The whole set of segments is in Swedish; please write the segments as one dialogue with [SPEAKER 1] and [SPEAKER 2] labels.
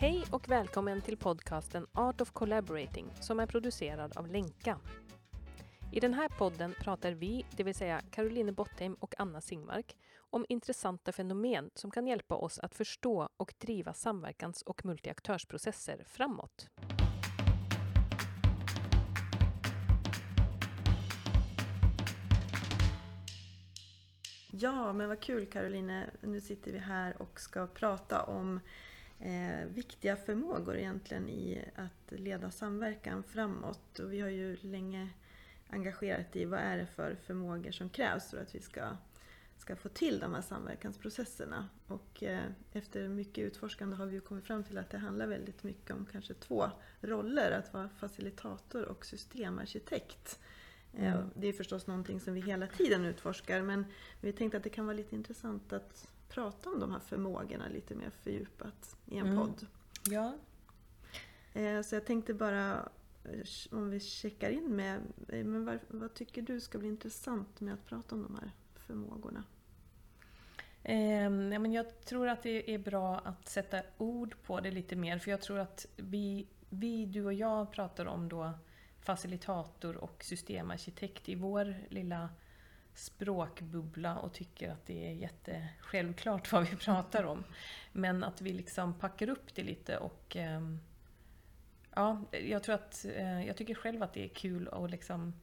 [SPEAKER 1] Hej och välkommen till podcasten Art of Collaborating som är producerad av Lenka. I den här podden pratar vi, det vill säga Caroline Bottheim och Anna Singmark, om intressanta fenomen som kan hjälpa oss att förstå och driva samverkans- och multiaktörsprocesser framåt.
[SPEAKER 2] Ja, men vad kul Caroline. Nu sitter vi här och ska prata om viktiga förmågor egentligen i att leda samverkan framåt. Och vi har ju länge engagerat i vad är det för förmågor som krävs för att vi ska få till de här samverkansprocesserna. Och efter mycket utforskande har vi ju kommit fram till att det handlar väldigt mycket om kanske två roller. Att vara facilitator och systemarkitekt. Det är förstås någonting som vi hela tiden utforskar, men vi tänkte att det kan vara lite intressant att prata om de här förmågorna lite mer fördjupat i en podd.
[SPEAKER 1] Ja.
[SPEAKER 2] Så jag tänkte bara, om vi checkar in med, men vad tycker du ska bli intressant med att prata om de här förmågorna?
[SPEAKER 1] Men jag tror att det är bra att sätta ord på det lite mer, för jag tror att du och jag pratar om då facilitator och systemarkitekt i vår lilla språkbubbla och tycker att det är jättesjälvklart vad vi pratar om. Men att vi liksom packar upp det lite och ja, jag tycker själv att det är kul att liksom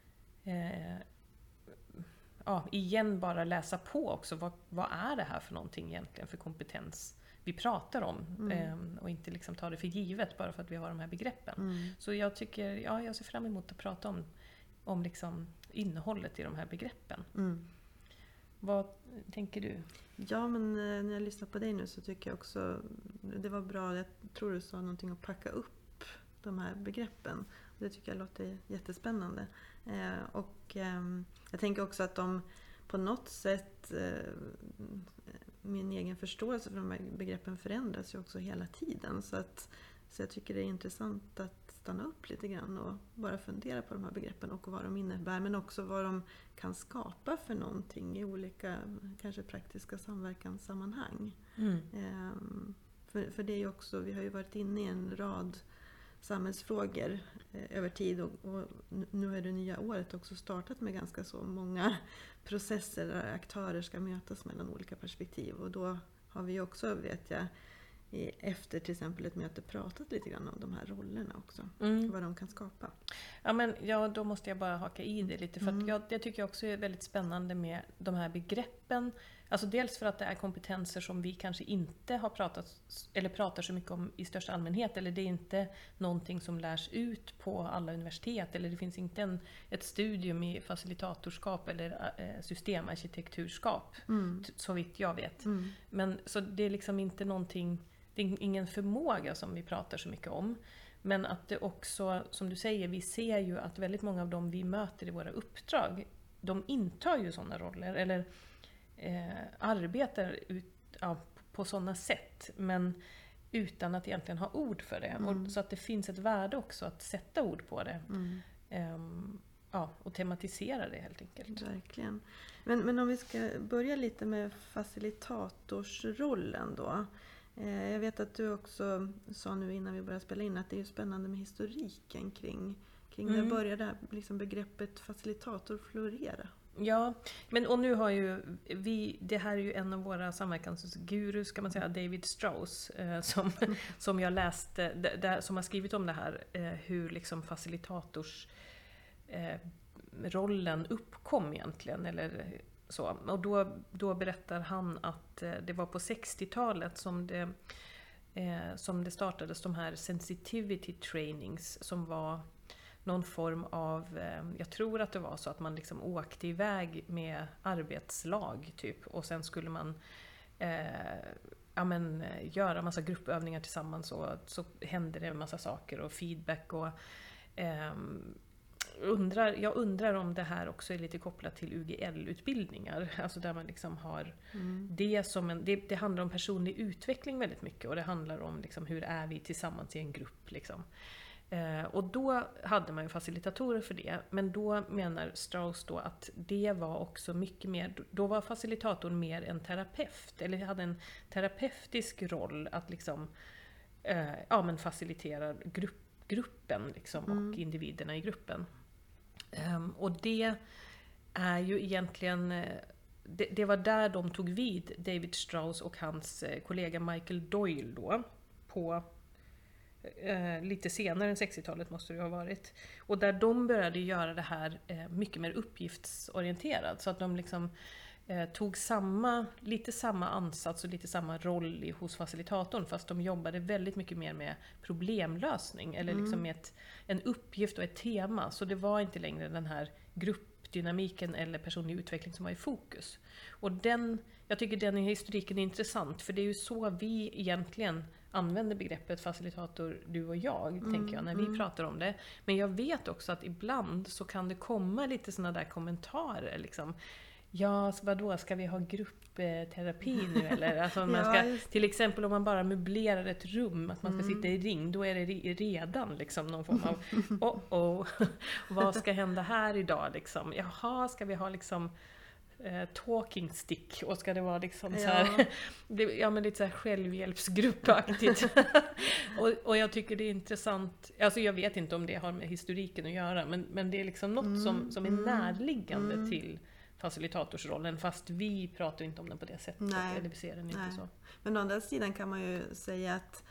[SPEAKER 1] igen bara läsa på också. Vad är det här för någonting egentligen för kompetens vi pratar om och inte liksom ta det för givet bara för att vi har de här begreppen. Så jag tycker, jag ser fram emot att prata om liksom innehållet i de här begreppen. Vad tänker du?
[SPEAKER 2] Ja, men när jag lyssnar på dig nu så tycker jag också det var bra. Jag tror du sa någonting att packa upp de här begreppen. Det tycker jag låter jättespännande. Och jag tänker också att de på något sätt, min egen förståelse för de här begreppen förändras ju också hela tiden. Så jag tycker det är intressant att stanna upp lite grann och bara fundera på de här begreppen och vad de innebär. Men också vad de kan skapa för någonting i olika, kanske praktiska samverkanssammanhang. För det är ju också, vi har ju varit inne i en rad samhällsfrågor över tid och nu är det nya året också startat med ganska så många processer där aktörer ska mötas mellan olika perspektiv, och då har vi också, vet jag, efter till exempel ett möte pratat lite grann om de här rollerna också, vad de kan skapa.
[SPEAKER 1] Ja, då måste jag bara haka i det lite, för att jag tycker också är väldigt spännande med de här begreppen. Alltså dels för att det är kompetenser som vi kanske inte har pratat eller pratar så mycket om i största allmänhet, eller det är inte någonting som lärs ut på alla universitet, eller det finns inte ett studium i facilitatorskap eller systemarkitekturskap, så vitt jag vet. Men så det är liksom inte någonting, det är ingen förmåga som vi pratar så mycket om. Men att det också, som du säger, vi ser ju att väldigt många av dem vi möter i våra uppdrag, de intar ju sådana roller eller arbetar på sådana sätt, men utan att egentligen ha ord för det. Och så att det finns ett värde också att sätta ord på det. Och tematisera det helt enkelt.
[SPEAKER 2] Verkligen. Men om vi ska börja lite med facilitatorsrollen då. Jag vet att du också sa nu innan vi började spela in att det är spännande med historiken kring när började det här liksom begreppet facilitator florera.
[SPEAKER 1] Ja, och nu har ju det här är ju en av våra samverkansgurus, kan man säga, David Strauss, som jag läste, som har skrivit om det här, hur liksom facilitators rollen uppkom egentligen, eller så. Och då berättar han att det var på 60-talet som det startades de här sensitivity trainings, som var någon form av, jag tror att det var så att man liksom åkte iväg med arbetslag typ, och sen skulle man göra massa gruppövningar tillsammans, och så hände det en massa saker och feedback och jag undrar om det här också är lite kopplat till UGL-utbildningar, alltså där man liksom har det som det handlar om personlig utveckling väldigt mycket, och det handlar om liksom hur är vi tillsammans i en grupp liksom. Och då hade man ju facilitatorer för det, men då menar Strauss då att det var också mycket mer, då var facilitatorn mer en terapeut, eller hade en terapeutisk roll att liksom men faciliterar gruppen liksom, och individerna i gruppen. Och det är ju egentligen, det var där de tog vid, David Strauss och hans kollega Michael Doyle då, på lite senare än 60-talet måste det ha varit. Och där de började göra det här mycket mer uppgiftsorienterat, så att de liksom tog lite samma ansats och lite samma roll hos facilitatorn, fast de jobbade väldigt mycket mer med problemlösning eller liksom med en uppgift och ett tema. Så det var inte längre den här gruppdynamiken eller personlig utveckling som var i fokus. Och jag tycker den historiken är intressant, för det är ju så vi egentligen använder begreppet facilitator, du och jag, tänker jag, när vi pratar om det. Men jag vet också att ibland så kan det komma lite såna där kommentarer liksom. Ja, vadå, ska vi ha gruppterapi nu eller? Alltså man ska, till exempel om man bara möblerar ett rum, att man ska sitta i ring, då är det redan liksom någon form av vad ska hända här idag liksom? Jaha, ska vi ha liksom talking stick, och ska det vara liksom så här, men lite så här självhjälpsgruppaktigt. och jag tycker det är intressant, alltså jag vet inte om det har med historiken att göra, men det är liksom något som är närliggande till facilitatorsrollen, fast vi pratar inte om den på det sättet.
[SPEAKER 2] Nej.
[SPEAKER 1] Eller vi ser den inte så.
[SPEAKER 2] Men å andra sidan kan man ju säga att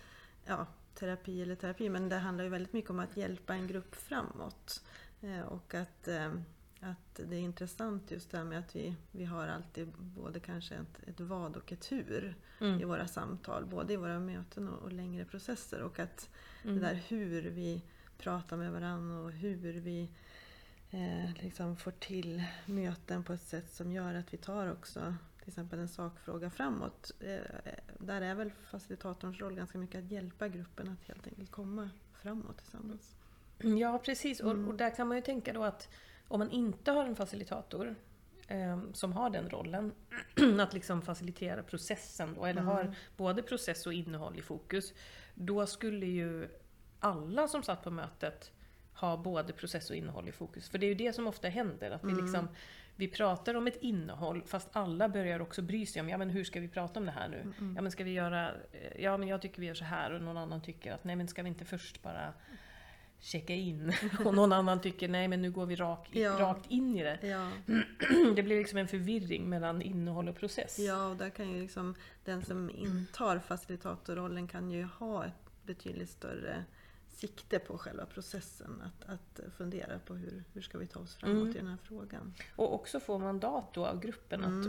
[SPEAKER 2] terapi, men det handlar ju väldigt mycket om att hjälpa en grupp framåt. Och att det är intressant just det här med att vi har alltid både kanske ett vad och ett hur i våra samtal, både i våra möten och längre processer, och att det där hur vi pratar med varandra och hur vi liksom får till möten på ett sätt som gör att vi tar också till exempel en sakfråga framåt. Där är väl facilitatorns roll ganska mycket att hjälpa gruppen att helt enkelt komma framåt tillsammans.
[SPEAKER 1] Ja, precis. Och där kan man ju tänka då att om man inte har en facilitator som har den rollen, att liksom facilitera processen då, eller har både process och innehåll i fokus, då skulle ju alla som satt på mötet ha både process och innehåll i fokus. För det är ju det som ofta händer, att vi pratar om ett innehåll, fast alla börjar också bry sig om, men hur ska vi prata om det här nu? Ja, men ska vi göra, men jag tycker vi gör så här, och någon annan tycker att nej, men ska vi inte först bara checka in? Och någon annan tycker nej, men nu går vi rakt in i det. Ja. Det blir liksom en förvirring mellan innehåll och process.
[SPEAKER 2] Ja, och där kan ju liksom den som intar facilitatorrollen kan ju ha ett betydligt större sikte på själva processen, att fundera på hur ska vi ta oss framåt i den här frågan.
[SPEAKER 1] Och också få mandat då av gruppen att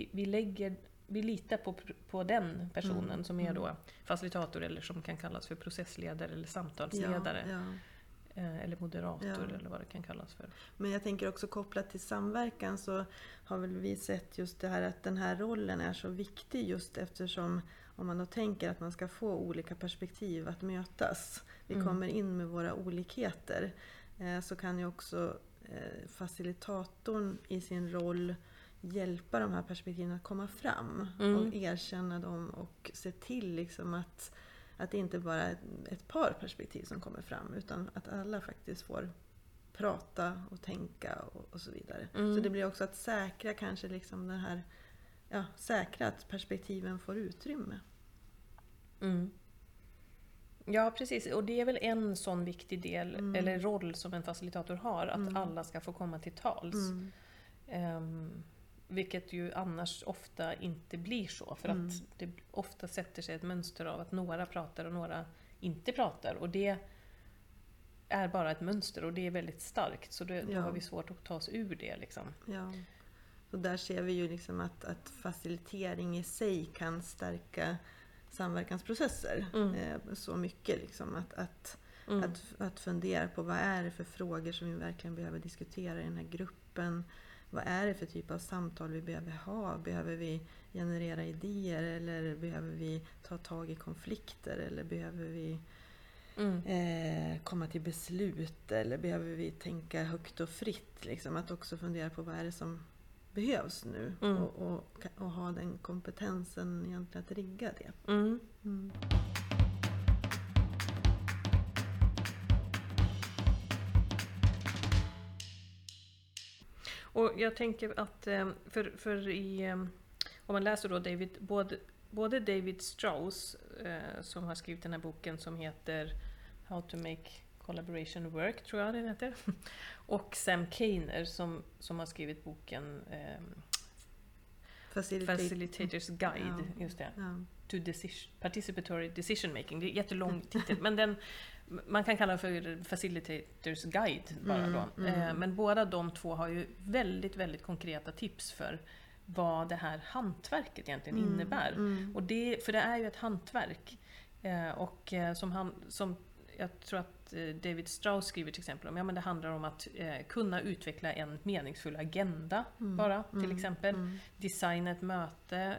[SPEAKER 1] vi litar på den personen som är då facilitator, eller som kan kallas för processledare eller samtalsledare. Ja. Eller moderator eller vad det kan kallas för.
[SPEAKER 2] Men jag tänker också kopplat till samverkan, så har väl vi sett just det här att den här rollen är så viktig, just eftersom om man då tänker att man ska få olika perspektiv att mötas, vi kommer in med våra olikheter, så kan ju också facilitatorn i sin roll hjälpa de här perspektiven att komma fram och erkänna dem och se till liksom att det inte bara är ett par perspektiv som kommer fram, utan att alla faktiskt får prata och tänka och så vidare. Så det blir också att säkra kanske liksom den här, säkra att perspektiven får utrymme.
[SPEAKER 1] Ja, precis. Och det är väl en sån viktig del, eller roll som en facilitator har, att alla ska få komma till tals. Vilket ju annars ofta inte blir så, för att det ofta sätter sig ett mönster av att några pratar och några inte pratar, och det är bara ett mönster, och det är väldigt starkt, så då har vi svårt att ta oss ur det liksom. Ja.
[SPEAKER 2] Och där ser vi ju liksom att facilitering i sig kan stärka samverkansprocesser så mycket liksom, att fundera på vad är det för frågor som vi verkligen behöver diskutera i den här gruppen. Vad är det för typ av samtal vi behöver ha? Behöver vi generera idéer, eller behöver vi ta tag i konflikter, eller behöver vi komma till beslut, eller behöver vi tänka högt och fritt liksom, att också fundera på vad är det som behövs nu och ha den kompetensen egentligen att rigga det.
[SPEAKER 1] Och jag tänker att om man läser då David, både David Strauss som har skrivit den här boken som heter How to make collaboration work, tror jag den heter. Och Sam Kainer som har skrivit boken Facilitators Guide, just det. To Participatory Decision Making. Det är jättelång titel, men man kan kalla den för Facilitators Guide bara då. Men båda de två har ju väldigt, väldigt konkreta tips för vad det här hantverket egentligen innebär. Och för det är ju ett hantverk. Och som jag tror att David Strauss skriver till exempel om, men det handlar om att kunna utveckla en meningsfull agenda bara, till exempel. Designa ett möte,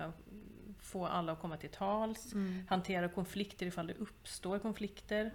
[SPEAKER 1] få alla att komma till tals, hantera konflikter ifall det uppstår konflikter.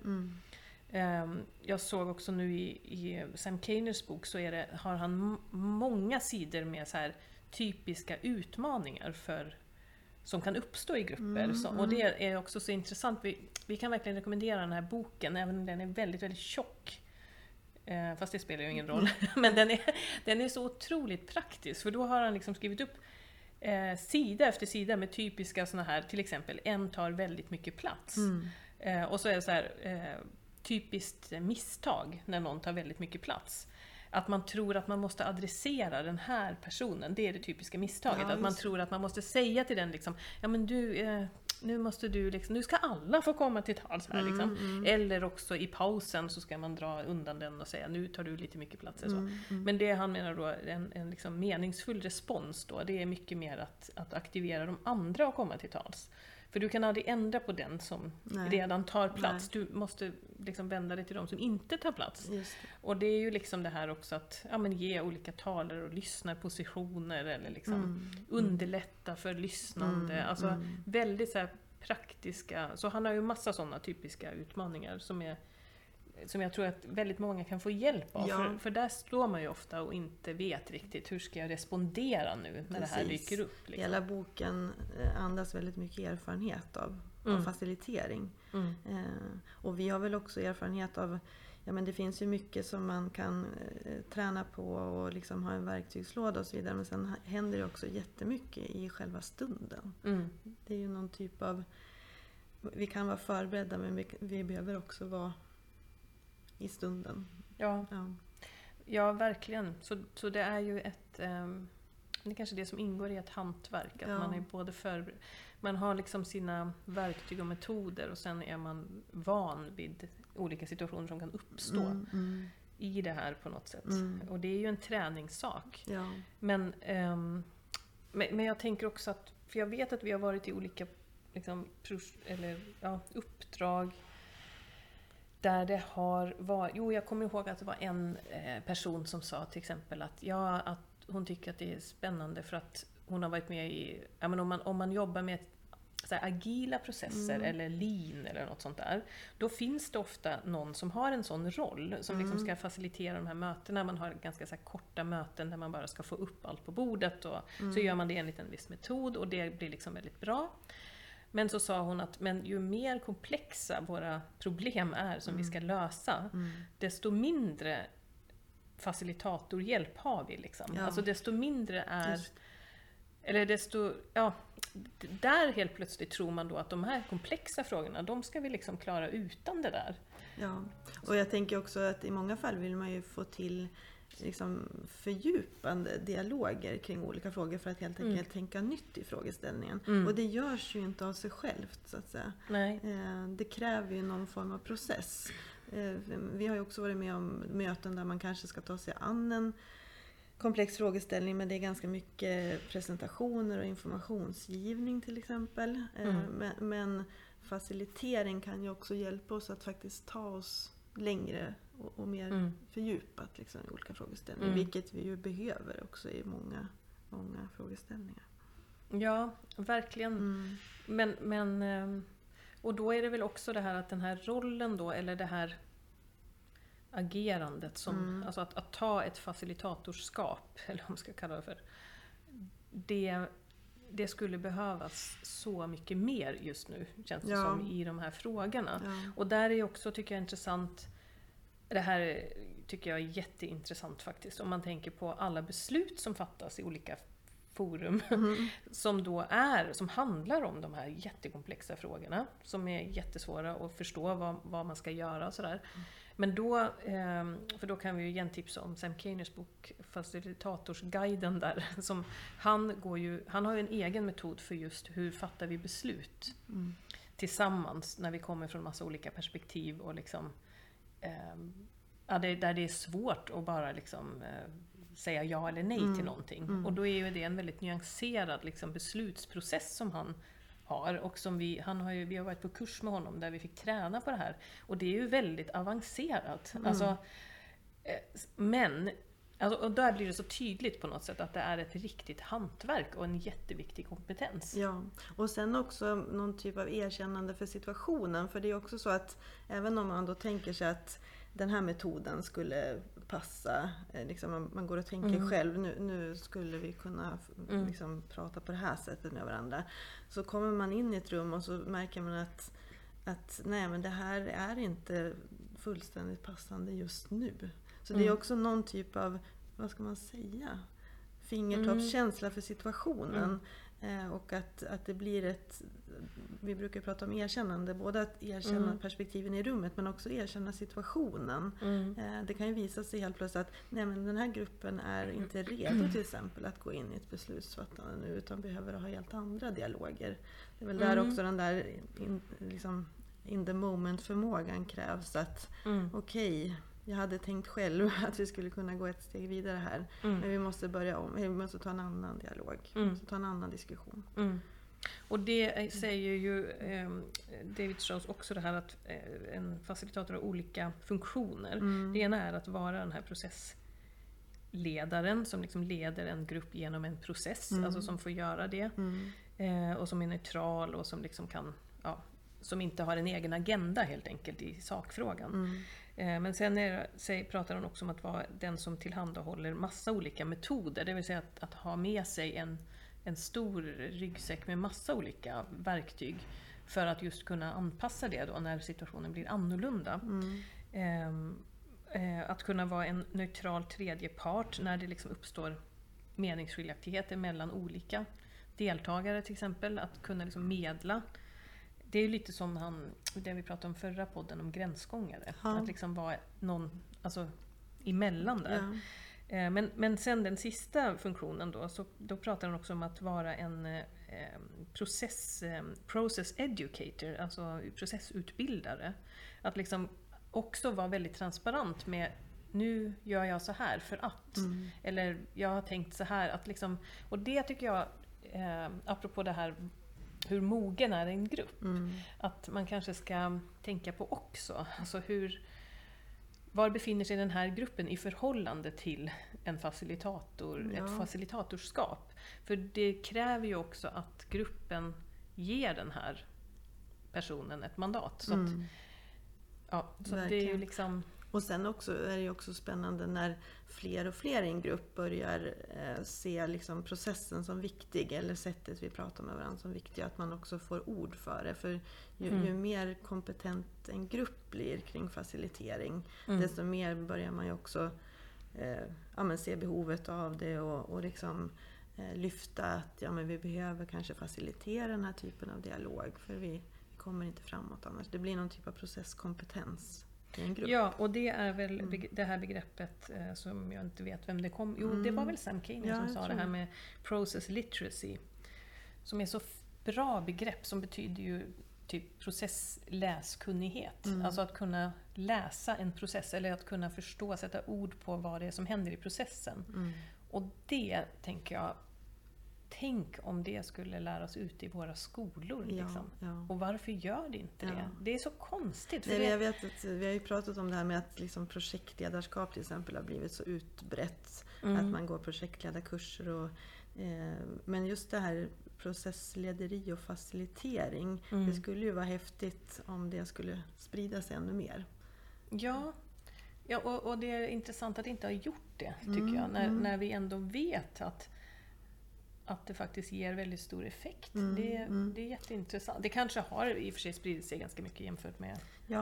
[SPEAKER 1] Jag såg också nu i Sam Kainers bok så har han många sidor med så här typiska utmaningar som kan uppstå i grupper. Och det är också så intressant. Vi kan verkligen rekommendera den här boken, även om den är väldigt, väldigt tjock. Fast det spelar ju ingen roll. Men den är så otroligt praktisk. För då har han liksom skrivit upp sida efter sida med typiska såna här, till exempel, en tar väldigt mycket plats. Och så är det så här typiskt misstag när någon tar väldigt mycket plats. Att man tror att man måste adressera den här personen, det är det typiska misstaget. Att man tror att man måste säga till den liksom, ja men du, nu måste du liksom, nu ska alla få komma till tals här liksom. Eller också i pausen så ska man dra undan den och säga, nu tar du lite mycket plats. Men det han menar då, en liksom meningsfull respons då, det är mycket mer att aktivera de andra att komma till tals. För du kan aldrig ändra på den som redan tar plats. Du måste liksom vända dig till de som inte tar plats. Och det är ju liksom det här också att ge olika talare och lyssnarpositioner eller liksom underlätta för lyssnande. Alltså väldigt så här praktiska. Så han har ju massa sådana typiska utmaningar som jag tror att väldigt många kan få hjälp av. För där står man ju ofta och inte vet riktigt hur ska jag respondera nu när det här dyker upp. Liksom.
[SPEAKER 2] Hela boken andas väldigt mycket erfarenhet av facilitering. Och vi har väl också erfarenhet av, men det finns ju mycket som man kan träna på och liksom ha en verktygslåda och så vidare. Men sen händer det också jättemycket i själva stunden. Det är ju någon typ av, vi kan vara förberedda men vi behöver också vara i stunden.
[SPEAKER 1] Ja, verkligen. Så det är ju det är kanske det som ingår i ett hantverk. Att man är både man har liksom sina verktyg och metoder och sen är man van vid olika situationer som kan uppstå i det här på något sätt. Och det är ju en träningssak. Men jag tänker också att, för jag vet att vi har varit i olika liksom, uppdrag där det har varit, jag kommer ihåg att det var en person som sa till exempel att hon tycker att det är spännande för att hon har varit med i, om man jobbar med så här, agila processer eller lean eller något sånt där, då finns det ofta någon som har en sån roll som liksom ska facilitera de här mötena. Man har ganska så här, korta möten där man bara ska få upp allt på bordet och så gör man det enligt en viss metod och det blir liksom väldigt bra. Men så sa hon att ju mer komplexa våra problem är som vi ska lösa, desto mindre facilitatorhjälp har vi liksom. Alltså desto mindre där helt plötsligt tror man då att de här komplexa frågorna, de ska vi liksom klara utan det där.
[SPEAKER 2] Ja, och jag tänker också att i många fall vill man ju få till liksom fördjupande dialoger kring olika frågor för att helt enkelt tänka nytt i frågeställningen. Och det görs ju inte av sig självt så att säga.
[SPEAKER 1] Nej.
[SPEAKER 2] Det kräver ju någon form av process. Vi har ju också varit med om möten där man kanske ska ta sig an en komplex frågeställning, men det är ganska mycket presentationer och informationsgivning till exempel. Men facilitering kan ju också hjälpa oss att faktiskt ta oss längre och mer fördjupat liksom, i olika frågeställningar. Vilket vi ju behöver också i många frågeställningar.
[SPEAKER 1] Ja, verkligen. Men och då är det väl också det här att den här rollen då, eller det här agerandet som, alltså att ta ett facilitatorskap, eller vad man ska kalla det för, det skulle behövas så mycket mer just nu, känns det som, i de här frågorna. Och där är också, tycker jag, intressant, det här tycker jag är jätteintressant faktiskt, om man tänker på alla beslut som fattas i olika forum som handlar om de här jättekomplexa frågorna som är jättesvåra att förstå vad man ska göra och sådär. Men för då kan vi ju igen tipsa om Sam Kainers bok Facilitatorsguiden där. Han har ju en egen metod för just hur fattar vi beslut tillsammans när vi kommer från massa olika perspektiv och liksom där det är svårt att bara liksom säga ja eller nej till någonting. Och då är ju det en väldigt nyanserad liksom beslutsprocess som han har och som vi har varit på kurs med honom där vi fick träna på det här och det är ju väldigt avancerat. Och där blir det så tydligt på något sätt att det är ett riktigt hantverk och en jätteviktig kompetens.
[SPEAKER 2] Ja, och sen också någon typ av erkännande för situationen. För det är också så att även om man då tänker sig att den här metoden skulle passa, liksom man går och tänker själv, nu skulle vi kunna liksom prata på det här sättet med varandra. Så kommer man in i ett rum och så märker man att nej, men det här är inte fullständigt passande just nu. Så det är också någon typ av, vad ska man säga, fingertoppskänsla för situationen. Och att det blir vi brukar prata om erkännande, både att erkänna perspektiven i rummet men också erkänna situationen. Det kan ju visa sig helt plötsligt att nej, men den här gruppen är inte redo till exempel att gå in i ett beslutsfattande nu utan behöver ha helt andra dialoger. Det är väl där också den där in the moment förmågan krävs att okej, jag hade tänkt själv att vi skulle kunna gå ett steg vidare här. Men vi måste börja om. Vi måste ta en annan dialog. Vi måste ta en annan diskussion.
[SPEAKER 1] Och det säger ju David Strauss också det här att en facilitator har olika funktioner. Det ena är att vara den här processledaren som liksom leder en grupp genom en process. Alltså som får göra det. Och som är neutral och som liksom kan... som inte har en egen agenda helt enkelt i sakfrågan. Men sen pratar hon också om att vara den som tillhandahåller massa olika metoder. Det vill säga att ha med sig en stor ryggsäck med massa olika verktyg för att just kunna anpassa det då när situationen blir annorlunda. Att kunna vara en neutral tredje part när det liksom uppstår meningsskiljaktigheter mellan olika deltagare till exempel. Att kunna liksom medla. Det är ju lite som det vi pratade om förra podden om gränsgångare. Att liksom vara någon emellan där. Men sen den sista funktionen då pratar han också om att vara en process educator, alltså processutbildare. Att liksom också vara väldigt transparent med nu gör jag så här för att. Eller jag har tänkt så här. Att liksom, och det tycker jag, apropå det här hur mogen är en grupp. Att man kanske ska tänka på också. Alltså var befinner sig den här gruppen i förhållande till en facilitator, ett facilitatorskap. För det kräver ju också att gruppen ger den här personen ett mandat. Så så det är ju liksom...
[SPEAKER 2] Och sen också är det också spännande när fler och fler i en grupp börjar se liksom processen som viktig eller sättet vi pratar med varandra som viktigt, att man också får ord för det. För ju mer kompetent en grupp blir kring facilitering, desto mer börjar man ju också se behovet av det och liksom lyfta att men vi behöver kanske facilitera den här typen av dialog för vi kommer inte framåt annars. Det blir någon typ av processkompetens.
[SPEAKER 1] Ja, och det är väl det här begreppet som jag inte vet vem det kom. Jo, det var väl Sam Kainer som sa det här med process literacy. Som är så bra begrepp som betyder ju typ processläskunnighet. Alltså att kunna läsa en process eller att kunna förstå, sätta ord på vad det är som händer i processen. Och det tänker jag, tänk om det skulle läras ut i våra skolor. Liksom. Och varför gör det inte det? Det är så konstigt. För
[SPEAKER 2] jag vet att vi har ju pratat om det här med att liksom projektledarskap till exempel har blivit så utbrett. Att man går projektledarkurser. Men just det här processlederi och facilitering. Det skulle ju vara häftigt om det skulle sprida sig ännu mer.
[SPEAKER 1] Ja, och det är intressant att inte ha gjort det tycker jag. När vi ändå vet att det faktiskt ger väldigt stor effekt. Det är jätteintressant. Det kanske har i och för sig spridit sig ganska mycket jämfört med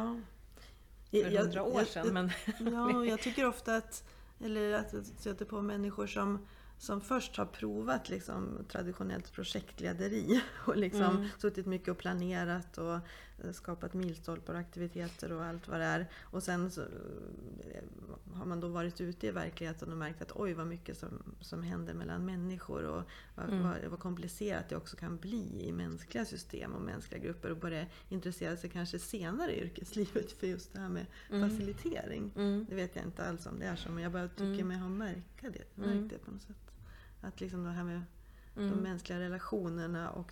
[SPEAKER 1] för 100 år sedan. Men
[SPEAKER 2] jag tycker ofta att jag stöter på människor som som först har provat liksom traditionellt projektlederi och liksom suttit mycket och planerat och skapat milstolpar och aktiviteter och allt vad det är. Och sen så har man då varit ute i verkligheten och märkt att oj vad mycket som händer mellan människor och vad komplicerat det också kan bli i mänskliga system och mänskliga grupper och börja intressera sig kanske senare i yrkeslivet för just det här med facilitering. Det vet jag inte alls om det är så, men jag bara tycker mig ha märkt det på något sätt. Att liksom det här med de mänskliga relationerna och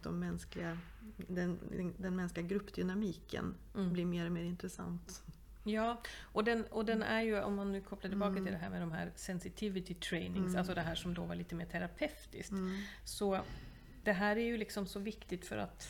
[SPEAKER 2] den mänskliga gruppdynamiken blir mer och mer intressant.
[SPEAKER 1] Ja, och den är ju, om man nu kopplar tillbaka till det här med de här sensitivity trainings, alltså det här som då var lite mer terapeutiskt. Så det här är ju liksom så viktigt för att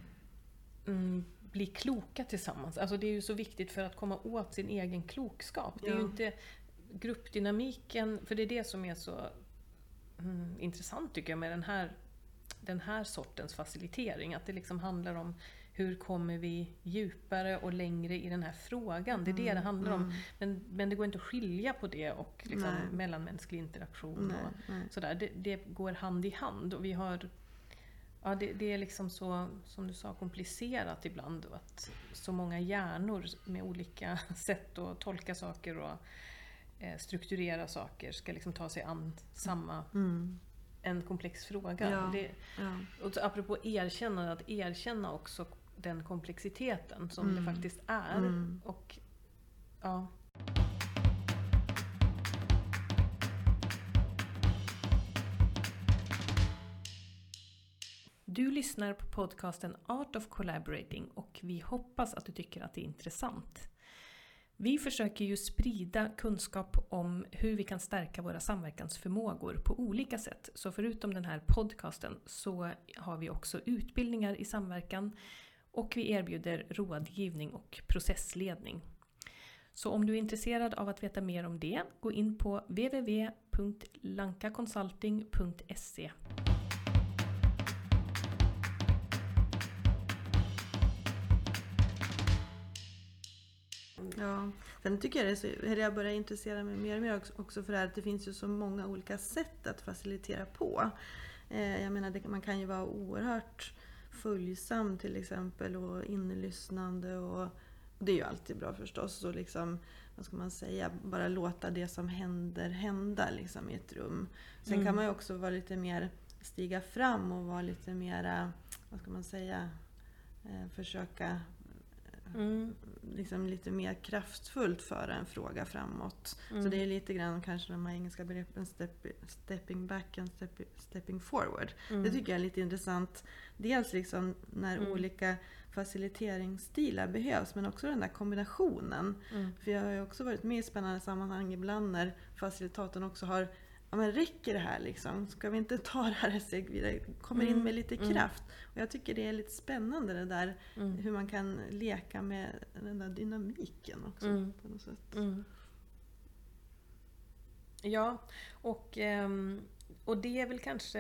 [SPEAKER 1] bli kloka tillsammans. Alltså det är ju så viktigt för att komma åt sin egen klokskap. Det är ju inte gruppdynamiken, för det är det som är så intressant tycker jag med den här sortens facilitering. Att det liksom handlar om hur kommer vi djupare och längre i den här frågan. Det är det handlar om. Men det går inte att skilja på det och liksom mellanmänsklig interaktion och sådär. Det går hand i hand. Och vi har... Ja, det är liksom så, som du sa, komplicerat ibland. Att så många hjärnor med olika sätt att tolka saker och strukturera saker ska liksom ta sig an samma en komplex fråga. Och apropå erkännande, att erkänna också den komplexiteten som det faktiskt är. Och ja. Du lyssnar på podcasten Art of Collaborating och vi hoppas att du tycker att det är intressant. Vi försöker ju sprida kunskap om hur vi kan stärka våra samverkansförmågor på olika sätt. Så förutom den här podcasten så har vi också utbildningar i samverkan och vi erbjuder rådgivning och processledning. Så om du är intresserad av att veta mer om det, gå in på www.lankaconsulting.se.
[SPEAKER 2] Ja, sen tycker jag börjar intressera mig mer och mer också för det här att det finns ju så många olika sätt att facilitera på. Jag menar, man kan ju vara oerhört följsam till exempel och inlyssnande och det är ju alltid bra förstås. Och liksom, vad ska man säga, bara låta det som händer hända liksom i ett rum. Sen kan man ju också vara lite mer, stiga fram och vara lite mer, vad ska man säga, försöka liksom lite mer kraftfullt föra en fråga framåt. Så det är lite grann kanske de här engelska begreppen stepping back and stepping forward. Det tycker jag är lite intressant. Dels liksom när olika faciliteringsstilar behövs, men också den där kombinationen. För jag har ju också varit med i spännande sammanhang ibland när facilitatorn också har, ja men räcker det här liksom? Ska vi inte ta det här ett steg vidare? Kommer in med lite kraft. Och jag tycker det är lite spännande det där hur man kan leka med den där dynamiken också på något sätt.
[SPEAKER 1] Ja, och det är väl kanske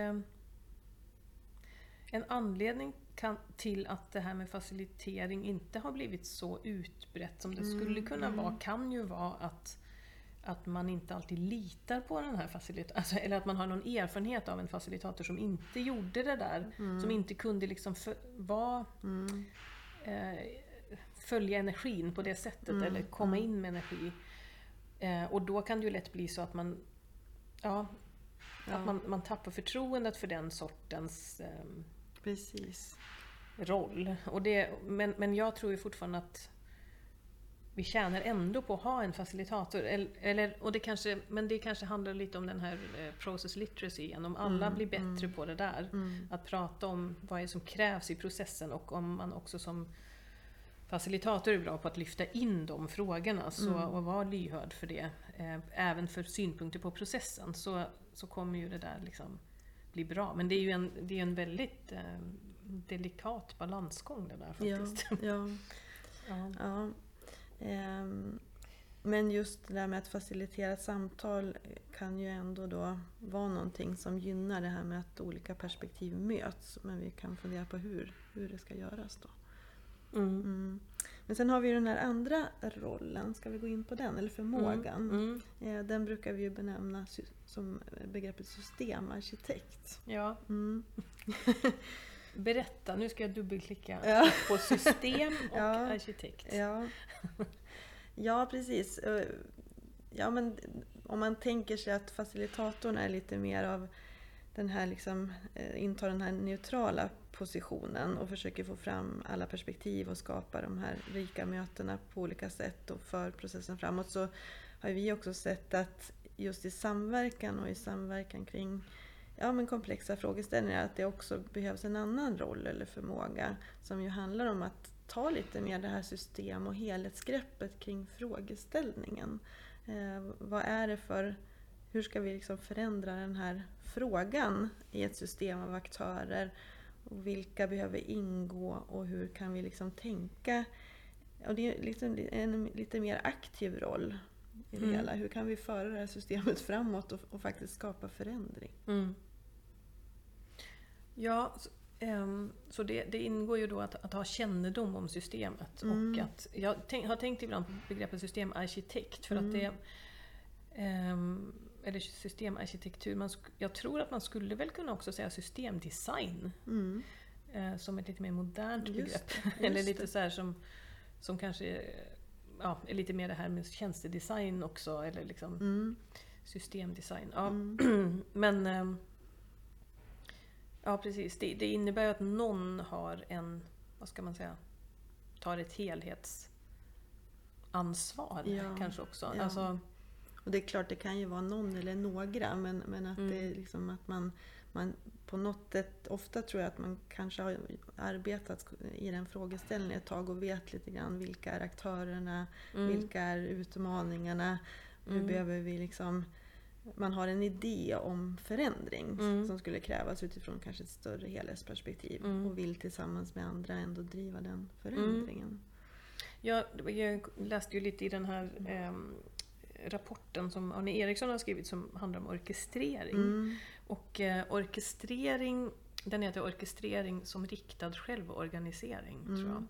[SPEAKER 1] en anledning till att det här med facilitering inte har blivit så utbrett som det skulle kunna vara, kan ju vara att man inte alltid litar på den här facilitatorn, alltså, eller att man har någon erfarenhet av en facilitator som inte gjorde det där, som inte kunde liksom följa energin på det sättet eller komma in med energi. Och då kan det ju lätt bli så att man man tappar förtroendet för den sortens
[SPEAKER 2] Precis.
[SPEAKER 1] roll. Och men jag tror ju fortfarande att vi tjänar ändå på att ha en facilitator. Men det kanske handlar lite om den här process literacy igen. Om alla blir bättre på det där. Att prata om vad det är som krävs i processen och om man också som facilitator är bra på att lyfta in de frågorna och vara lyhörd för det. Även för synpunkter på processen så kommer ju det där liksom bli bra. Men det är ju en väldigt delikat balansgång det där faktiskt.
[SPEAKER 2] Ja. Men just det där med att facilitera samtal kan ju ändå då vara någonting som gynnar det här med att olika perspektiv möts. Men vi kan fundera på hur det ska göras då. Men sen har vi ju den här andra rollen, ska vi gå in på den? Eller förmågan. Den brukar vi ju benämna som begreppet systemarkitekt.
[SPEAKER 1] Ja. Berätta, nu ska jag dubbelklicka på system och arkitekt.
[SPEAKER 2] Ja, precis. Ja, men om man tänker sig att facilitatorn är lite mer av den här liksom, intar den här neutrala positionen och försöker få fram alla perspektiv och skapa de här rika mötena på olika sätt och för processen framåt, så har vi också sett att just i samverkan och i samverkan kring komplexa frågeställningar, att det också behövs en annan roll eller förmåga som ju handlar om att ta lite mer det här system- och helhetsgreppet kring frågeställningen. Vad är det för, hur ska vi liksom förändra den här frågan i ett system av aktörer, och vilka behöver ingå och hur kan vi liksom tänka, och det är liksom en lite mer aktiv roll i det hela. Hur kan vi föra det här systemet framåt och faktiskt skapa förändring?
[SPEAKER 1] Ja, så det ingår ju då att ha kännedom om systemet. Och att jag har tänkt ibland på begreppet systemarkitekt, för att det eller systemarkitektur, jag tror att man skulle väl kunna också säga systemdesign som ett lite mer modernt begrepp. Eller lite så här som kanske är lite mer det här med tjänstedesign också, eller liksom systemdesign. Ja. Men ja, precis. Det innebär ju att någon har tar ett helhetsansvar kanske också.
[SPEAKER 2] Ja.
[SPEAKER 1] Alltså,
[SPEAKER 2] och det är klart, det kan ju vara någon eller några, men att det är liksom att man på något sätt, ofta tror jag att man kanske har arbetat i den frågeställningen ett tag och vet lite grann vilka är aktörerna, vilka är utmaningarna, hur behöver vi liksom, man har en idé om förändring som skulle krävas utifrån kanske ett större helhetsperspektiv och vill tillsammans med andra ändå driva den förändringen.
[SPEAKER 1] Jag läste ju lite i den här rapporten som Arne Eriksson har skrivit som handlar om orkestrering. Och orkestrering, den heter orkestrering som riktad självorganisering, tror jag.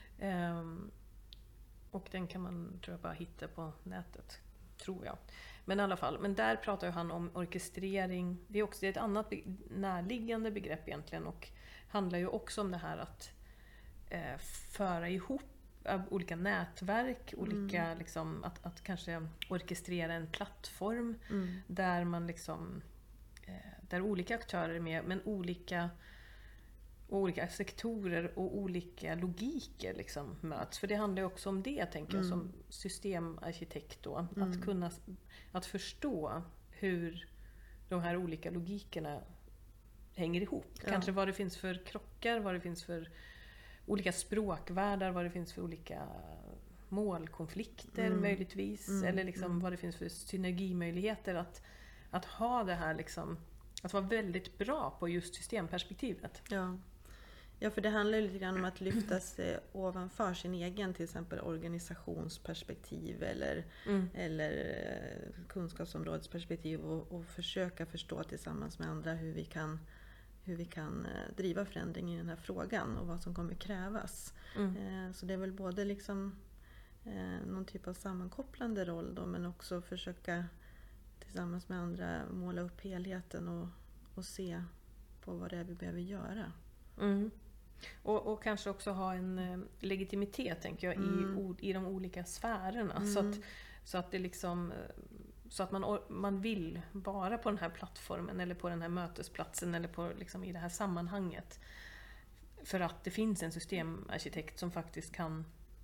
[SPEAKER 1] Och den kan man, tror jag, bara hitta på nätet, tror jag. Men i alla fall, men där pratar ju han om orkestrering. Det är ett annat närliggande begrepp egentligen, och handlar ju också om det här att föra ihop olika nätverk, olika liksom, att kanske orkestrera en plattform där man liksom där olika aktörer är med, men olika sektorer och olika logiker liksom möts. För det handlar ju också om det, tänker jag, som systemarkitekt då. Att förstå hur de här olika logikerna hänger ihop. Kanske vad det finns för krockar, vad det finns för olika språkvärldar, vad det finns för olika målkonflikter möjligtvis. Eller liksom vad det finns för synergimöjligheter. Att ha det här liksom, att vara väldigt bra på just systemperspektivet.
[SPEAKER 2] Ja, för det handlar ju lite grann om att lyfta sig ovanför sin egen, till exempel organisationsperspektiv eller kunskapsområdesperspektiv och försöka förstå tillsammans med andra hur vi kan driva förändring i den här frågan och vad som kommer krävas. Så det är väl både liksom någon typ av sammankopplande roll då, men också försöka tillsammans med andra måla upp helheten och se på vad det är vi behöver göra.
[SPEAKER 1] Och kanske också ha en legitimitet, tänker jag, i de olika sfärerna. Så att det liksom, så att man vill vara på den här plattformen eller på den här mötesplatsen eller på liksom i det här sammanhanget. För att det finns en systemarkitekt som faktiskt kan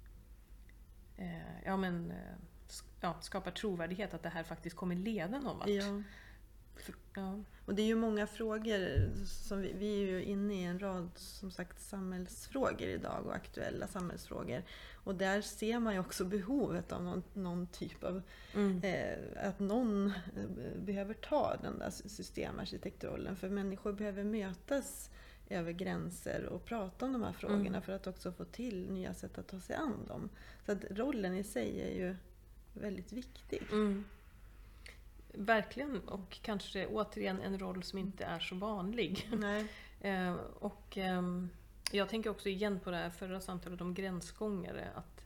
[SPEAKER 1] skapa trovärdighet att det här faktiskt kommer leda någon vart.
[SPEAKER 2] Ja. Och det är ju många frågor som vi är ju inne i en rad, som sagt, samhällsfrågor idag och aktuella samhällsfrågor. Och där ser man ju också behovet av någon typ av att någon behöver ta den där systemarkitektrollen, för människor behöver mötas över gränser och prata om de här frågorna för att också få till nya sätt att ta sig an dem. Så att rollen i sig är ju väldigt viktig.
[SPEAKER 1] Verkligen, och kanske återigen en roll som inte är så vanlig.
[SPEAKER 2] Nej.
[SPEAKER 1] Jag tänker också igen på det här förra samtalet om gränsgångare, att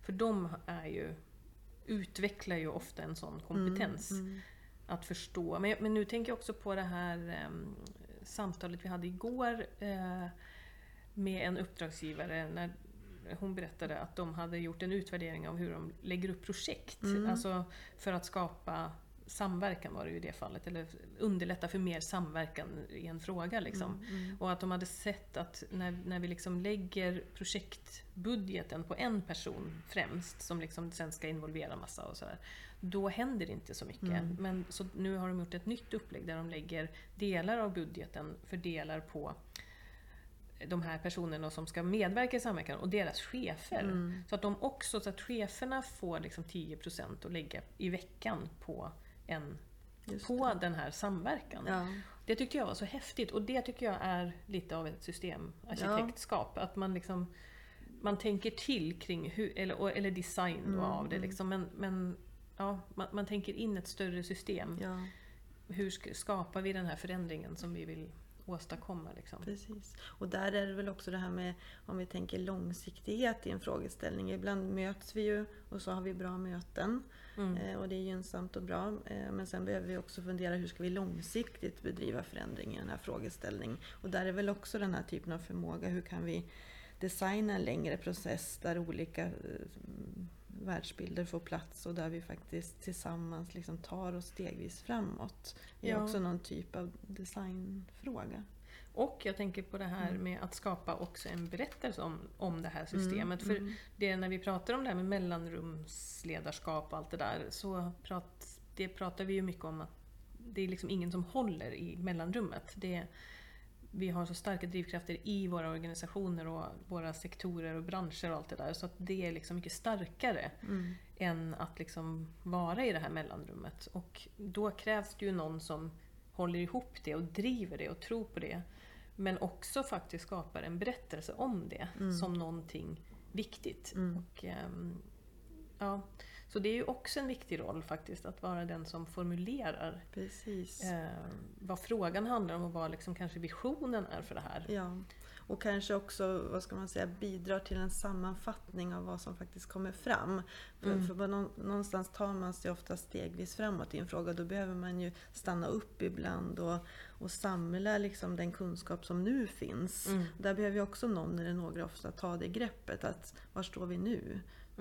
[SPEAKER 1] För de utvecklar ju ofta en sån kompetens att förstå. Men nu tänker jag också på det här samtalet vi hade igår med en uppdragsgivare när hon berättade att de hade gjort en utvärdering av hur de lägger upp projekt. Alltså för att skapa samverkan var det ju i det fallet, eller underlätta för mer samverkan i en fråga liksom. Och att de hade sett att när vi liksom lägger projektbudgeten på en person främst, som liksom sen ska involvera massa och sådär, då händer det inte så mycket. Men så nu har de gjort ett nytt upplägg där de lägger delar av budgeten, fördelar på de här personerna som ska medverka i samverkan och deras chefer. Så att de också, så att cheferna får liksom 10% att lägga i veckan på den här samverkan.
[SPEAKER 2] Ja.
[SPEAKER 1] Det tyckte jag var så häftigt, och det tycker jag är lite av ett systemarkitektskap. Att man liksom, man tänker till kring eller design då av det liksom, men ja, man tänker in ett större system.
[SPEAKER 2] Ja.
[SPEAKER 1] Hur skapar vi den här förändringen som vi vill åstadkomma liksom.
[SPEAKER 2] Precis. Och där är det väl också det här med, om vi tänker långsiktighet i en frågeställning. Ibland möts vi ju och så har vi bra möten och det är gynnsamt och bra. Men sen behöver vi också fundera, hur ska vi långsiktigt bedriva förändring i den här frågeställningen. Och där är väl också den här typen av förmåga, hur kan vi designa en längre process där olika världsbilder får plats och där vi faktiskt tillsammans liksom tar oss stegvis framåt. Det är också någon typ av designfråga.
[SPEAKER 1] Och jag tänker på det här med att skapa också en berättelse om det här systemet. För det, när vi pratar om det här med mellanrumsledarskap och allt det där, så pratar vi ju mycket om att det är liksom ingen som håller i mellanrummet. Vi har så starka drivkrafter i våra organisationer och våra sektorer och branscher och allt det där, så att det är liksom mycket starkare än att liksom vara i det här mellanrummet. Och då krävs det ju någon som håller ihop det och driver det och tror på det, men också faktiskt skapar en berättelse om det som någonting viktigt. Och så det är ju också en viktig roll faktiskt, att vara den som formulerar vad frågan handlar om och vad liksom kanske visionen är för det här.
[SPEAKER 2] Ja, och kanske också, vad ska man säga, bidrar till en sammanfattning av vad som faktiskt kommer fram. För någonstans tar man sig ofta stegvis framåt i en fråga, då behöver man ju stanna upp ibland och samla liksom den kunskap som nu finns. Där behöver ju också någon eller några ofta ta det greppet, att var står vi nu?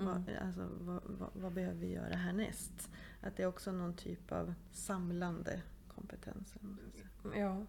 [SPEAKER 2] Vad behöver vi göra härnäst? Att det är också någon typ av samlande kompetens.
[SPEAKER 1] Ja.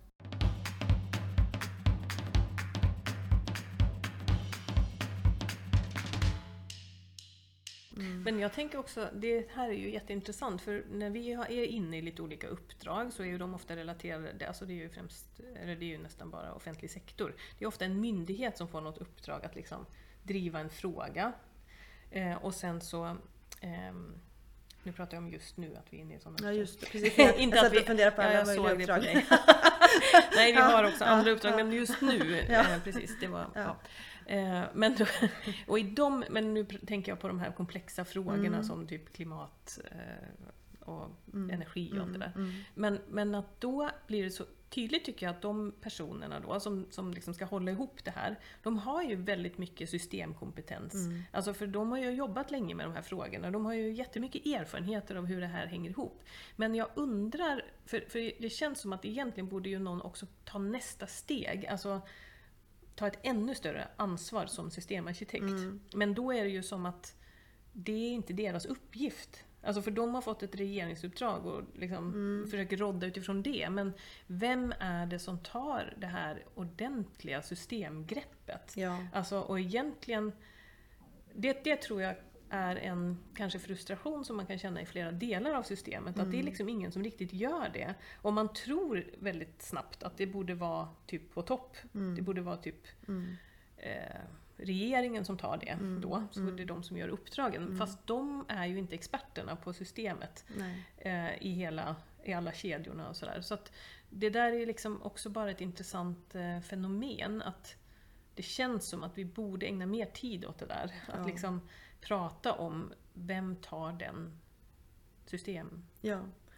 [SPEAKER 1] Men jag tänker också, det här är ju jätteintressant, för när vi är inne i lite olika uppdrag så är ju de ofta relaterade, alltså det är ju främst, eller det är ju nästan bara offentlig sektor. Det är ofta en myndighet som får något uppdrag att liksom driva en fråga. Och sen så nu pratar jag om just nu att vi är inne i sådana.
[SPEAKER 2] Ja, just det. Precis.
[SPEAKER 1] Inte att vi funderar på alla möjliga uppdrag. Nej, vi har också andra uppdrag, men just nu precis, det var men nu tänker jag på de här komplexa frågorna som typ klimat och energi och allt det där. Men att då blir det så tydligt, tycker jag, att de personerna då som liksom ska hålla ihop det här, de har ju väldigt mycket systemkompetens. Alltså, för de har ju jobbat länge med de här frågorna. De har ju jättemycket erfarenheter av hur det här hänger ihop. Men jag undrar, för det känns som att egentligen borde ju någon också ta nästa steg. Alltså ta ett ännu större ansvar som systemarkitekt. Men då är det ju som att det är inte deras uppgift. Alltså, för de har fått ett regeringsuppdrag och liksom försöker rodda utifrån det. Men vem är det som tar det här ordentliga systemgreppet?
[SPEAKER 2] Ja.
[SPEAKER 1] Alltså, och egentligen, det tror jag är en kanske frustration som man kan känna i flera delar av systemet. Att det är liksom ingen som riktigt gör det. Och man tror väldigt snabbt att det borde vara typ på topp. Det borde vara typ regeringen som tar det då. Så det är de som gör uppdragen. Fast de är ju inte experterna på systemet i alla kedjorna och sådär. Så att det där är liksom också bara ett intressant fenomen. Att det känns som att vi borde ägna mer tid åt det där. Att liksom prata om vem tar den system.
[SPEAKER 2] Ja,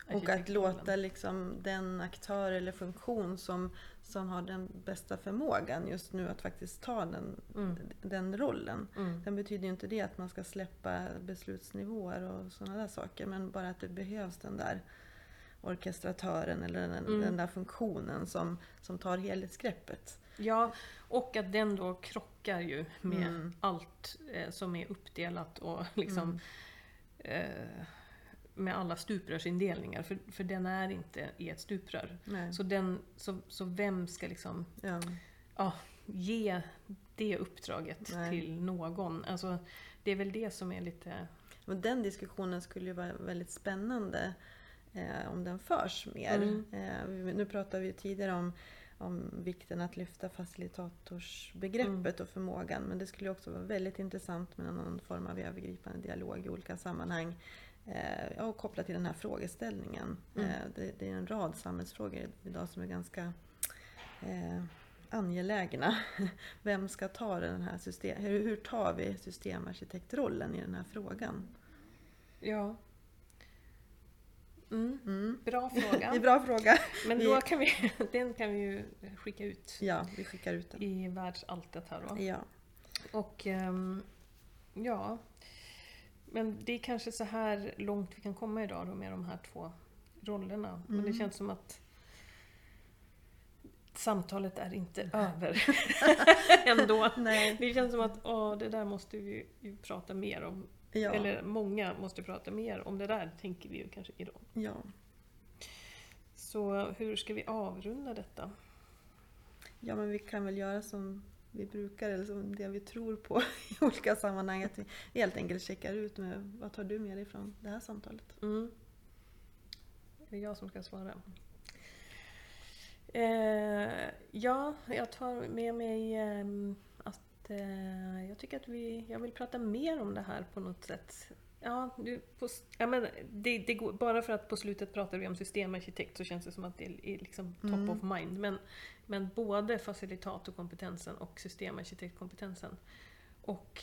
[SPEAKER 2] Och att låta liksom den aktör eller funktion som har den bästa förmågan just nu att faktiskt ta den rollen. Sen betyder ju inte det att man ska släppa beslutsnivåer och sådana där saker, men bara att det behövs den där orkestratören eller den där funktionen som tar helhetsgreppet.
[SPEAKER 1] Ja, och att den då krockar ju med allt som är uppdelat och liksom med alla stuprörsindelningar, för den är inte i ett stuprör. Så vem ska liksom ge det uppdraget till någon? Alltså, det är väl det som är lite...
[SPEAKER 2] Och den diskussionen skulle ju vara väldigt spännande om den förs mer. Nu pratar vi tidigare om vikten att lyfta facilitatorsbegreppet och förmågan, men det skulle också vara väldigt intressant med någon form av övergripande dialog i olika sammanhang och kopplat till den här frågeställningen. Det är en rad samhällsfrågor idag som är ganska angelägna. Vem ska ta den här hur tar vi systemarkitektrollen i den här frågan?
[SPEAKER 1] Ja. Bra fråga.
[SPEAKER 2] Det är bra fråga.
[SPEAKER 1] Men då den kan vi ju skicka ut.
[SPEAKER 2] Ja, vi skickar ut den.
[SPEAKER 1] I världsalltet här då.
[SPEAKER 2] Ja.
[SPEAKER 1] Och men det är kanske så här långt vi kan komma idag då med de här 2 rollerna. Men det känns som att samtalet är inte över ändå.
[SPEAKER 2] Nej.
[SPEAKER 1] Det känns som att det där måste vi ju prata mer om.
[SPEAKER 2] Ja.
[SPEAKER 1] Eller många måste prata mer om det där, tänker vi ju kanske idag.
[SPEAKER 2] Ja.
[SPEAKER 1] Så hur ska vi avrunda detta?
[SPEAKER 2] Ja, men vi kan väl göra som vi brukar, eller som det vi tror på i olika sammanhang. Att vi helt enkelt checkar ut med vad tar du med dig från det här samtalet?
[SPEAKER 1] Är det jag som ska svara? Ja, jag tar med mig att jag tycker att jag vill prata mer om det här på något sätt. Det går, bara för att på slutet pratar vi om systemarkitekt så känns det som att det är liksom top of mind. Men både facilitatorkompetensen och systemarkitектkompetensen. Och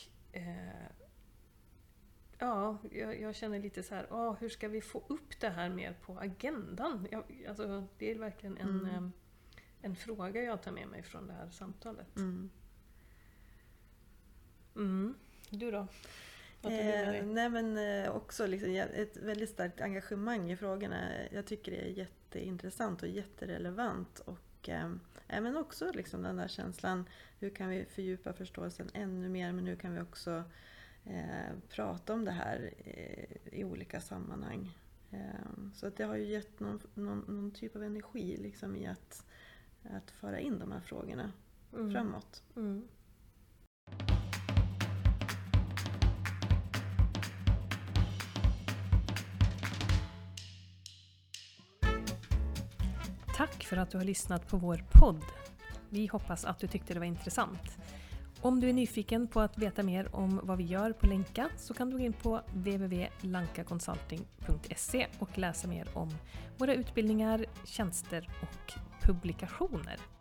[SPEAKER 1] jag känner lite så här, hur ska vi få upp det här mer på agendan? Alltså, det är verkligen en fråga jag tar med mig från det här samtalet. Du då?
[SPEAKER 2] Nej, men också liksom ett väldigt starkt engagemang i frågorna. Jag tycker det är jätteintressant och jätterelevant. Och men också liksom den där känslan, hur kan vi fördjupa förståelsen ännu mer, men hur kan vi också prata om det här i olika sammanhang. Så att det har ju gett någon typ av energi liksom i att föra in de här frågorna framåt.
[SPEAKER 1] Tack för att du har lyssnat på vår podd. Vi hoppas att du tyckte det var intressant. Om du är nyfiken på att veta mer om vad vi gör på Länka så kan du gå in på www.lankaconsulting.se och läsa mer om våra utbildningar, tjänster och publikationer.